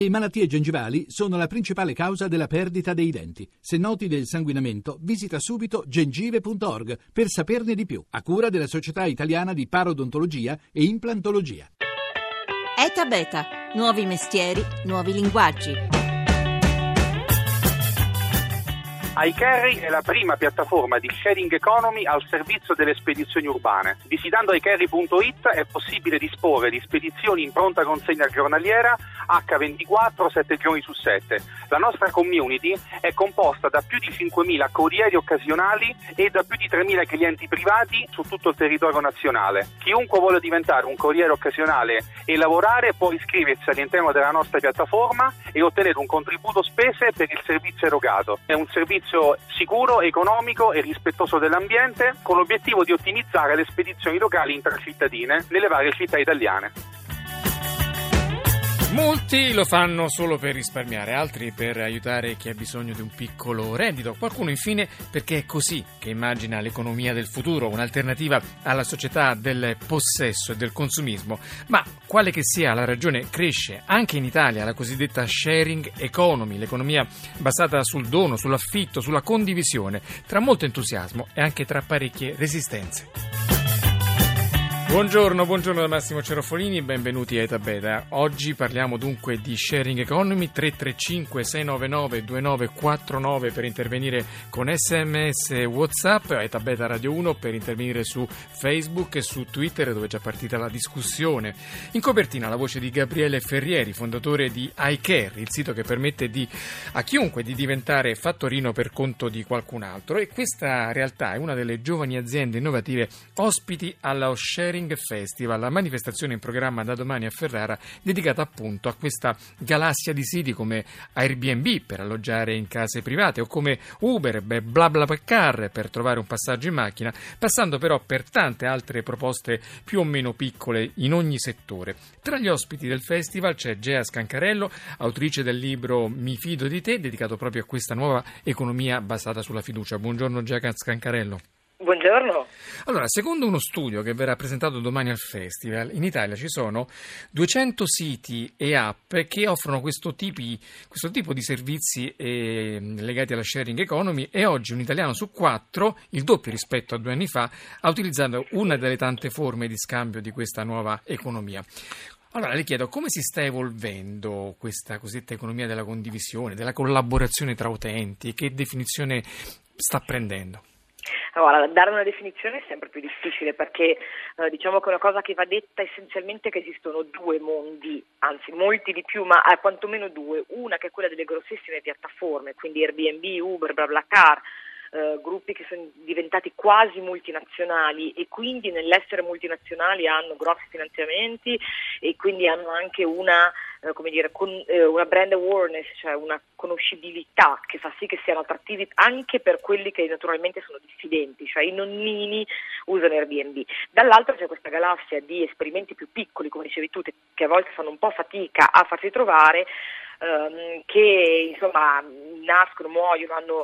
Le malattie gengivali sono la principale causa della perdita dei denti. Se noti del sanguinamento, visita subito gengive.org per saperne di più, a cura della Società Italiana di Parodontologia e Implantologia. ETA Beta. Nuovi mestieri, nuovi linguaggi. iCarry è la prima piattaforma di sharing economy al servizio delle spedizioni urbane. Visitando iCarry.it è possibile disporre di spedizioni in pronta consegna giornaliera H24, 7 giorni su 7. La nostra community è composta da più di 5.000 corrieri occasionali e da più di 3.000 clienti privati su tutto il territorio nazionale. Chiunque voglia diventare un corriere occasionale e lavorare può iscriversi all'interno della nostra piattaforma e ottenere un contributo spese per il servizio erogato. È un servizio sicuro, economico e rispettoso dell'ambiente, con l'obiettivo di ottimizzare le spedizioni locali intracittadine nelle varie città italiane. Molti lo fanno solo per risparmiare, altri per aiutare chi ha bisogno di un piccolo reddito, qualcuno infine perché è così che immagina l'economia del futuro, un'alternativa alla società del possesso e del consumismo. Ma quale che sia la ragione, cresce anche in Italia la cosiddetta sharing economy, l'economia basata sul dono, sull'affitto, sulla condivisione, tra molto entusiasmo e anche tra parecchie resistenze. Buongiorno da Massimo Cerofolini, benvenuti a ETA Beta. Oggi parliamo dunque di sharing economy, 335 699 2949 per intervenire con SMS e WhatsApp, ETA Beta Radio 1 per intervenire su Facebook e su Twitter dove è già partita la discussione. In copertina la voce di Gabriele Ferrieri, fondatore di iCarry, il sito che permette a chiunque di diventare fattorino per conto di qualcun altro, e questa realtà è una delle giovani aziende innovative ospiti allo Sharing Festival, la manifestazione in programma da domani a Ferrara dedicata appunto a questa galassia di siti come Airbnb per alloggiare in case private o come Uber, BlaBlaCar per trovare un passaggio in macchina, passando però per tante altre proposte più o meno piccole in ogni settore. Tra gli ospiti del festival c'è Gea Scancarello, autrice del libro Mi fido di te, dedicato proprio a questa nuova economia basata sulla fiducia. Buongiorno Gea Scancarello. Buongiorno. Allora, secondo uno studio che verrà presentato domani al Festival, in Italia ci sono 200 siti e app che offrono questo tipo di servizi legati alla sharing economy, e oggi un italiano su 4, il doppio rispetto a 2 anni fa, ha utilizzato una delle tante forme di scambio di questa nuova economia. Allora le chiedo, come si sta evolvendo questa cosiddetta economia della condivisione, della collaborazione tra utenti, che definizione sta prendendo? Allora, dare una definizione è sempre più difficile perché diciamo che una cosa che va detta essenzialmente è che esistono due mondi, anzi molti di più, ma quantomeno due. Una che è quella delle grossissime piattaforme, quindi Airbnb, Uber, BlaBlaCar, gruppi che sono diventati quasi multinazionali e quindi nell'essere multinazionali hanno grossi finanziamenti e quindi hanno anche una brand awareness, cioè una conoscibilità che fa sì che siano attrattivi anche per quelli che naturalmente sono diffidenti, cioè i nonnini usano Airbnb. Dall'altro c'è questa galassia di esperimenti più piccoli, come dicevi tu, che a volte fanno un po' fatica a farsi trovare, che insomma nascono, muoiono, hanno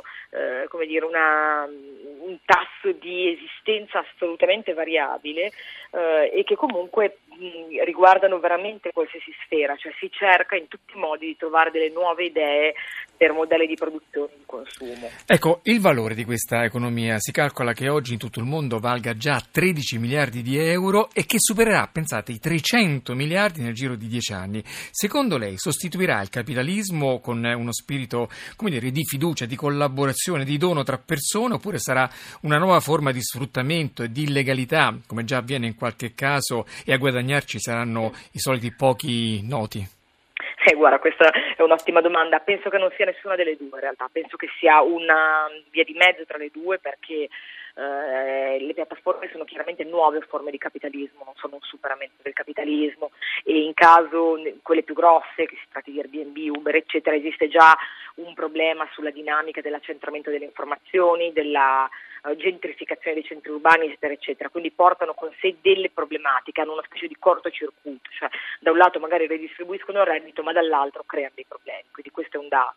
un tasso di esistenza assolutamente variabile e che comunque riguardano veramente qualsiasi sfera, cioè si cerca in tutti i modi di trovare delle nuove idee per modelli di produzione e di consumo. Ecco, il valore di questa economia si calcola che oggi in tutto il mondo valga già 13 miliardi di euro e che supererà, pensate, i 300 miliardi nel giro di 10 anni. Secondo lei sostituirà il capitalismo con uno spirito, di fiducia, di collaborazione, di dono tra persone, oppure sarà una nuova forma di sfruttamento e di illegalità, come già avviene in qualche caso, e a guadagnarci saranno i soliti pochi noti? Guarda, questa è un'ottima domanda. Penso che non sia nessuna delle due in realtà, penso che sia una via di mezzo tra le due perché le piattaforme sono chiaramente nuove forme di capitalismo, non sono un superamento del capitalismo e in caso quelle più grosse, che si tratti di Airbnb, Uber eccetera, esiste già un problema sulla dinamica dell'accentramento delle informazioni, della gentrificazione dei centri urbani eccetera eccetera, quindi portano con sé delle problematiche, hanno una specie di cortocircuito, cioè da un lato magari redistribuiscono il reddito ma dall'altro creano dei problemi, quindi questo è un dato.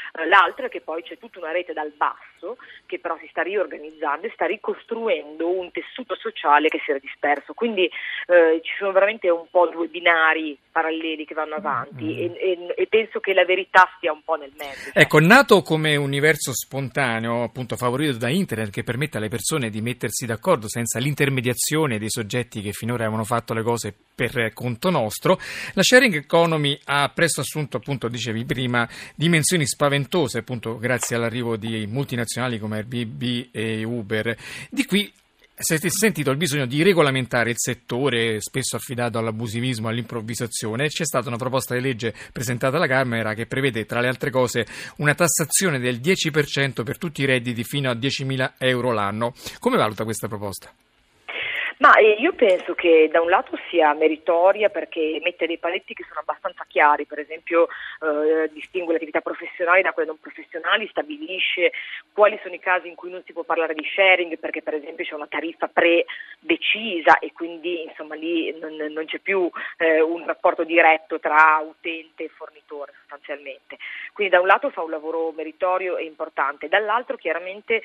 L'altro è che poi c'è tutta una rete dal basso che però si sta riorganizzando e sta ricostruendo un tessuto sociale che si era disperso, quindi ci sono veramente un po' due binari paralleli che vanno avanti e penso che la verità stia un po' nel mezzo. Ecco, nato come universo spontaneo, appunto favorito da internet, che permette alle persone di mettersi d'accordo senza l'intermediazione dei soggetti che finora avevano fatto le cose per conto nostro, la sharing economy ha presto assunto, appunto dicevi prima, dimensioni spaventose, appunto grazie all'arrivo di multinazionali come Airbnb e Uber. Di qui si è sentito il bisogno di regolamentare il settore, spesso affidato all'abusivismo, all'improvvisazione. C'è stata una proposta di legge presentata alla Camera che prevede, tra le altre cose, una tassazione del 10% per tutti i redditi fino a 10.000 euro l'anno. Come valuta questa proposta? Ma io penso che da un lato sia meritoria perché mette dei paletti che sono abbastanza chiari, per esempio distingue le attività professionali da quelle non professionali, stabilisce quali sono i casi in cui non si può parlare di sharing perché per esempio c'è una tariffa predecisa e quindi insomma lì non c'è più un rapporto diretto tra utente e fornitore sostanzialmente. Quindi da un lato fa un lavoro meritorio e importante, dall'altro chiaramente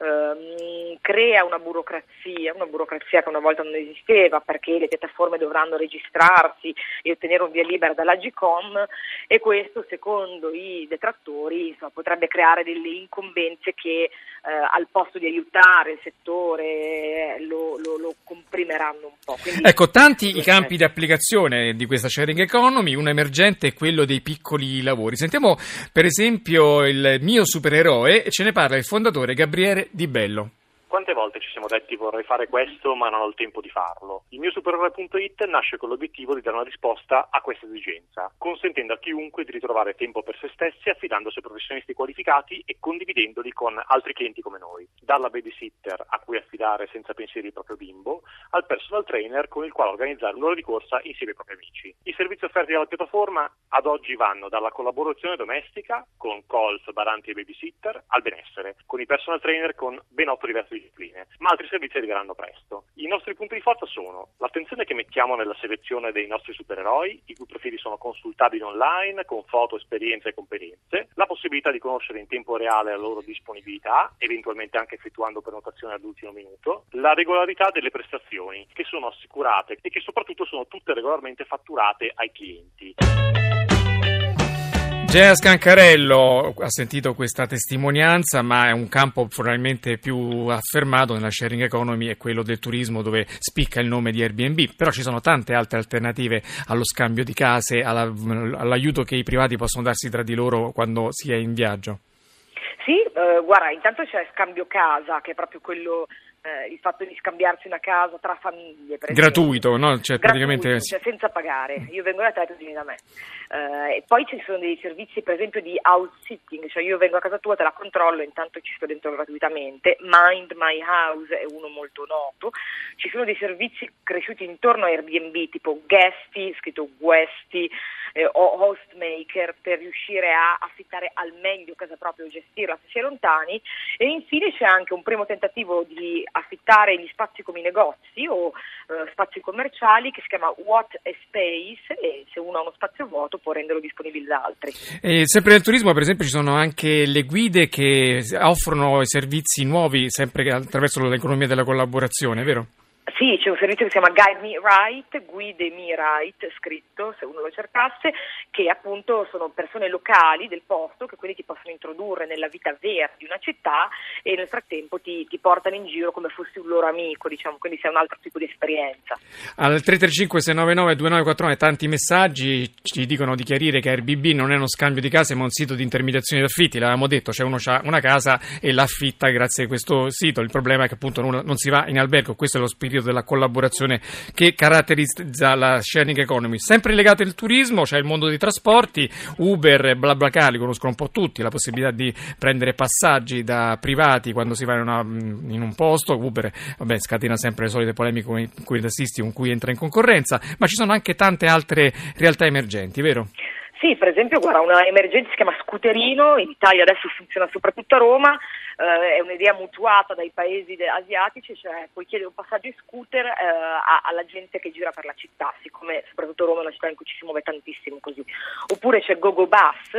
crea una burocrazia che una volta non esisteva perché le piattaforme dovranno registrarsi e ottenere un via libera dall'Agcom e questo secondo i detrattori insomma, potrebbe creare delle incombenze che al posto di aiutare il settore lo comprimeranno un po'. Quindi, ecco, tanti i campi di applicazione di questa sharing economy, uno emergente è quello dei piccoli lavori. Sentiamo per esempio il mio supereroe e ce ne parla il fondatore Gabriele Di Bello. Quante volte ci siamo detti vorrei fare questo ma non ho il tempo di farlo? Il mio supereroe.it nasce con l'obiettivo di dare una risposta a questa esigenza, consentendo a chiunque di ritrovare tempo per se stessi affidandosi a professionisti qualificati e condividendoli con altri clienti come noi. Dalla babysitter a cui affidare senza pensieri il proprio bimbo, al personal trainer con il quale organizzare un'ora di corsa insieme ai propri amici. I servizi offerti dalla piattaforma ad oggi vanno dalla collaborazione domestica con colf, badanti e babysitter al benessere, con i personal trainer con ben 8 diverse discipline, ma altri servizi arriveranno presto. I nostri punti di forza sono l'attenzione che mettiamo nella selezione dei nostri supereroi, i cui profili sono consultabili online con foto, esperienze e competenze, la possibilità di conoscere in tempo reale la loro disponibilità, eventualmente anche effettuando prenotazioni all'ultimo minuto, la regolarità delle prestazioni che sono assicurate e che soprattutto sono tutte regolarmente fatturate ai clienti. Gea Scancarello ha sentito questa testimonianza, ma è un campo probabilmente più affermato nella sharing economy, è quello del turismo dove spicca il nome di Airbnb, però ci sono tante altre alternative allo scambio di case, all'aiuto che i privati possono darsi tra di loro quando si è in viaggio. Sì, guarda, intanto c'è Scambio Casa, che è proprio quello, il fatto di scambiarsi una casa tra famiglie. Per gratuito, no? Cioè, praticamente cioè senza pagare. Io vengo da te, tu vieni da me. E poi ci sono dei servizi, per esempio, di house sitting, cioè io vengo a casa tua, te la controllo, intanto ci sto dentro gratuitamente. Mind My House è uno molto noto. Ci sono dei servizi cresciuti intorno a Airbnb, tipo Guesty, scritto Guesty, o Hostmaker, per riuscire a affittare al meglio casa propria o gestirla se si è lontani. E infine c'è anche un primo tentativo di affittare gli spazi come i negozi o spazi commerciali che si chiama What a Space, e se uno ha uno spazio vuoto può renderlo disponibile da altri. E sempre nel turismo, per esempio, ci sono anche le guide che offrono servizi nuovi sempre attraverso l'economia della collaborazione, vero? Sì, c'è un servizio che si chiama Guide Me Right, Guidemi Right, scritto, se uno lo cercasse, che appunto sono persone locali del posto, che quelli ti possono introdurre nella vita vera di una città e nel frattempo ti portano in giro come fossi un loro amico, diciamo, quindi sei un altro tipo di esperienza. Al 335-699-2949 tanti messaggi ci dicono di chiarire che Airbnb non è uno scambio di case ma un sito di intermediazione d'affitti, l'avevamo detto, cioè uno ha una casa e l'affitta grazie a questo sito, il problema è che appunto non si va in albergo, questo è lo spirito della collaborazione che caratterizza la sharing economy. Sempre legato al turismo c'è il mondo dei trasporti, Uber e BlaBlaCar li conoscono un po' tutti, la possibilità di prendere passaggi da privati quando si va in un posto. Uber scatena sempre le solite polemiche con cui tassisti con cui entra in concorrenza, ma ci sono anche tante altre realtà emergenti, vero? Sì, per esempio, guarda, una emergenza si chiama Scooterino, in Italia adesso funziona soprattutto a Roma, è un'idea mutuata dai paesi asiatici, cioè puoi chiedere un passaggio in scooter alla gente che gira per la città, siccome soprattutto Roma è una città in cui ci si muove tantissimo così. Oppure c'è GoGo Bus,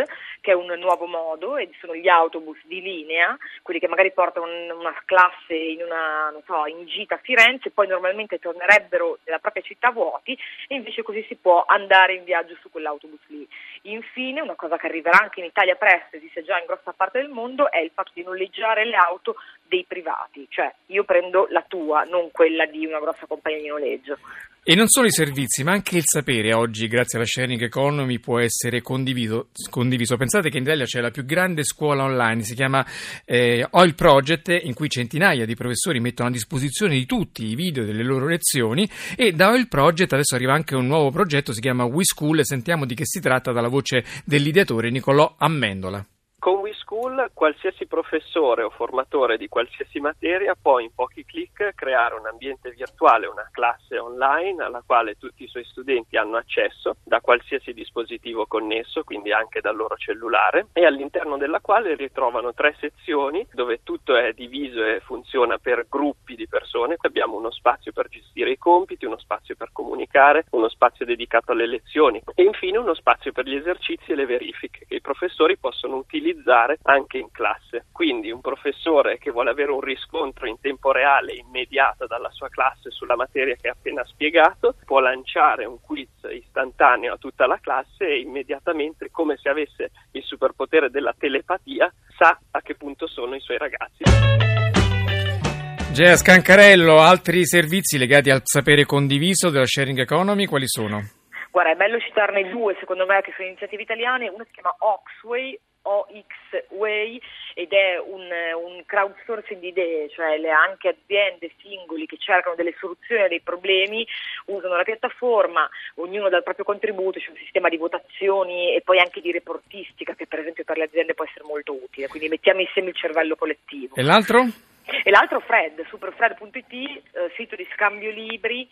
che è un nuovo modo, e sono gli autobus di linea, quelli che magari portano una classe in gita a Firenze, poi normalmente tornerebbero nella propria città vuoti, e invece così si può andare in viaggio su quell'autobus lì. Infine, una cosa che arriverà anche in Italia presto, esiste già in grossa parte del mondo, è il fatto di noleggiare le auto dei privati, cioè io prendo la tua, non quella di una grossa compagnia di noleggio. E non solo i servizi, ma anche il sapere oggi, grazie alla sharing economy, può essere condiviso. Pensate che in Italia c'è la più grande scuola online, si chiama Oil Project, in cui centinaia di professori mettono a disposizione di tutti i video delle loro lezioni, e da Oil Project adesso arriva anche un nuovo progetto, si chiama WeSchool, e sentiamo di che si tratta dalla voce dell'ideatore Nicolò Amendola. Con WeSchool qualsiasi professore o formatore di qualsiasi materia può in pochi clic creare un ambiente virtuale, una classe online alla quale tutti i suoi studenti hanno accesso da qualsiasi dispositivo connesso, quindi anche dal loro cellulare, e all'interno della quale ritrovano 3 sezioni dove tutto è diviso e funziona per gruppi di persone. Abbiamo uno spazio per gestire i compiti, uno spazio per comunicare, uno spazio dedicato alle lezioni e infine uno spazio per gli esercizi e le verifiche che i professori possono utilizzare anche in classe. Quindi un professore che vuole avere un riscontro in tempo reale immediato dalla sua classe sulla materia che ha appena spiegato può lanciare un quiz istantaneo a tutta la classe e immediatamente, come se avesse il superpotere della telepatia, sa a che punto sono i suoi ragazzi. Gea Scancarello, altri servizi legati al sapere condiviso della sharing economy, quali sono? Guarda, è bello citarne 2 secondo me che sono iniziative italiane. Una si chiama Oxway, OXWay, ed è un crowdsourcing di idee, cioè anche aziende, singoli che cercano delle soluzioni a dei problemi, usano la piattaforma, ognuno dà il proprio contributo, c'è un sistema di votazioni e poi anche di reportistica che per esempio per le aziende può essere molto utile, quindi mettiamo insieme il cervello collettivo. E l'altro? E l'altro superfred.it, sito di scambio libri,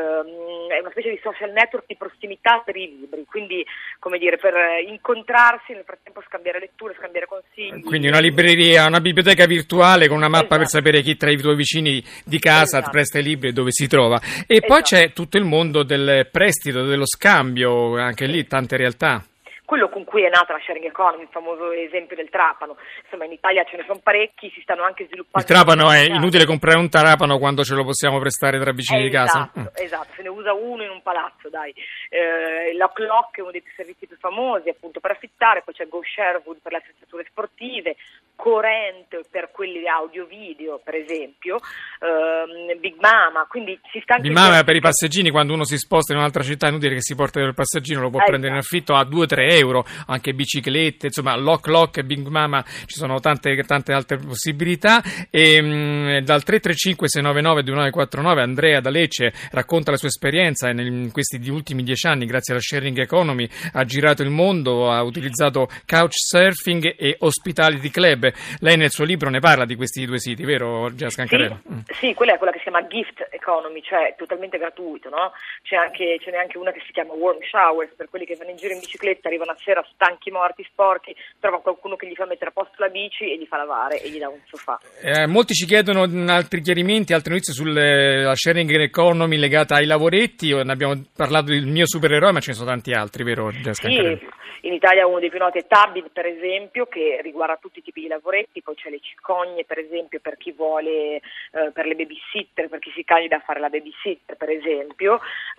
è una specie di social network di prossimità per i libri, quindi come dire, per incontrarsi, nel frattempo scambiare letture, scambiare consigli. Quindi una libreria, una biblioteca virtuale con una mappa, esatto, per sapere chi tra i tuoi vicini di casa, esatto, presta i libri e dove si trova. E esatto, poi c'è tutto il mondo del prestito, dello scambio, anche lì tante realtà. Quello con cui è nata la sharing economy, il famoso esempio del trapano. Insomma, in Italia ce ne sono parecchi, si stanno anche sviluppando. Il trapano è inutile comprare un trapano quando ce lo possiamo prestare tra vicini di casa. Esatto, se ne usa uno in un palazzo, dai. La Clock è uno dei servizi più famosi, appunto, per affittare, poi c'è Go Sherwood per le attrezzature sportive, Corrent per quelli audio-video, per esempio, Big Mama, quindi si sta anche... Big Mama per i passeggini, quando uno si sposta in un'altra città, è inutile che si porti il passeggino, lo può prendere in affitto a 2-3 euro, anche biciclette, insomma, Lock e Big Mama, ci sono tante altre possibilità. E dal 335-699-2949 Andrea da Lecce racconta la sua esperienza e in questi ultimi 10 anni, grazie alla sharing economy, ha girato il mondo, ha utilizzato Couchsurfing e Hospitality Club. Lei nel suo libro ne parla di questi 2 siti, vero Gea Scancarello? Sì, quella è quella che si chiama Gift Economy, cioè totalmente gratuito, no? Ce n'è anche una che si chiama Warm Showers, per quelli che vanno in giro in bicicletta, arrivano a sera stanchi, morti, sporchi, trova qualcuno che gli fa mettere a posto la bici e gli fa lavare e gli dà un sofà. Molti ci chiedono altri chiarimenti, altre notizie sulla sharing economy legata ai lavoretti. Ne abbiamo parlato del mio supereroe, ma ce ne sono tanti altri, vero Gea Scancarello? Sì. In Italia uno dei più noti è Tabid, per esempio, che riguarda tutti i tipi di lavoretti, poi c'è le cicogne, per esempio, per chi vuole, per le babysitter, per chi si candida a fare la babysitter, per esempio.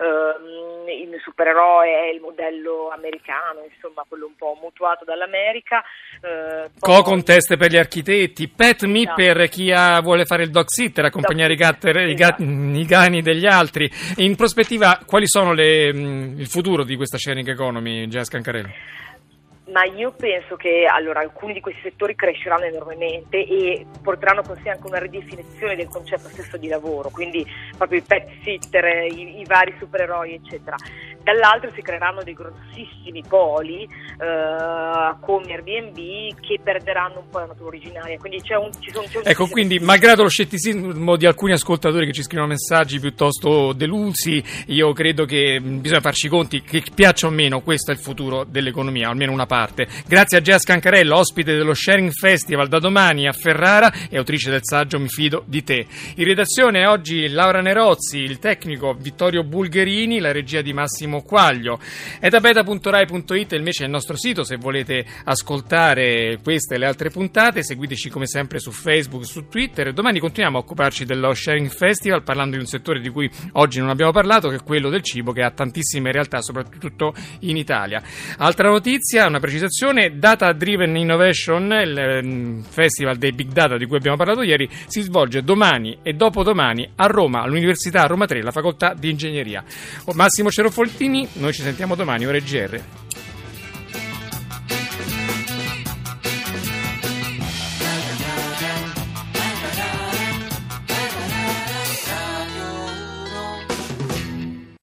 Il supereroe è il modello americano, insomma, quello un po' mutuato dall'America. Co-contest per gli architetti, Pet Me per chi vuole fare il dog sitter, accompagnare i cani degli altri. In prospettiva, quali sono il futuro di questa sharing economy, Gea Scancarello? Ma io penso che alcuni di questi settori cresceranno enormemente e porteranno con sé anche una ridefinizione del concetto stesso di lavoro, quindi proprio i pet sitter, i vari supereroi, eccetera. Dall'altro si creeranno dei grossissimi poli come Airbnb che perderanno un po' la natura originaria, quindi Ecco, quindi malgrado lo scetticismo di alcuni ascoltatori che ci scrivono messaggi piuttosto delusi, io credo che bisogna farci conti che piaccia o meno, questo è il futuro dell'economia, almeno una parte. Grazie a Gea Scancarello, ospite dello Sharing Festival da domani a Ferrara e autrice del saggio Mi fido di te. In redazione oggi Laura Nerozzi, il tecnico Vittorio Bulgherini, la regia di Massimo Massimo Quaglio. Etabeta.rai.it invece è il nostro sito se volete ascoltare queste e le altre puntate. Seguiteci come sempre su Facebook, su Twitter. Domani continuiamo a occuparci dello Sharing Festival, parlando di un settore di cui oggi non abbiamo parlato, che è quello del cibo, che ha tantissime realtà, soprattutto in Italia. Altra notizia, una precisazione: Data Driven Innovation, il festival dei Big Data di cui abbiamo parlato ieri, si svolge domani e dopodomani a Roma, all'Università Roma 3, la facoltà di ingegneria. Massimo Cerofolini, noi ci sentiamo domani, ore GR.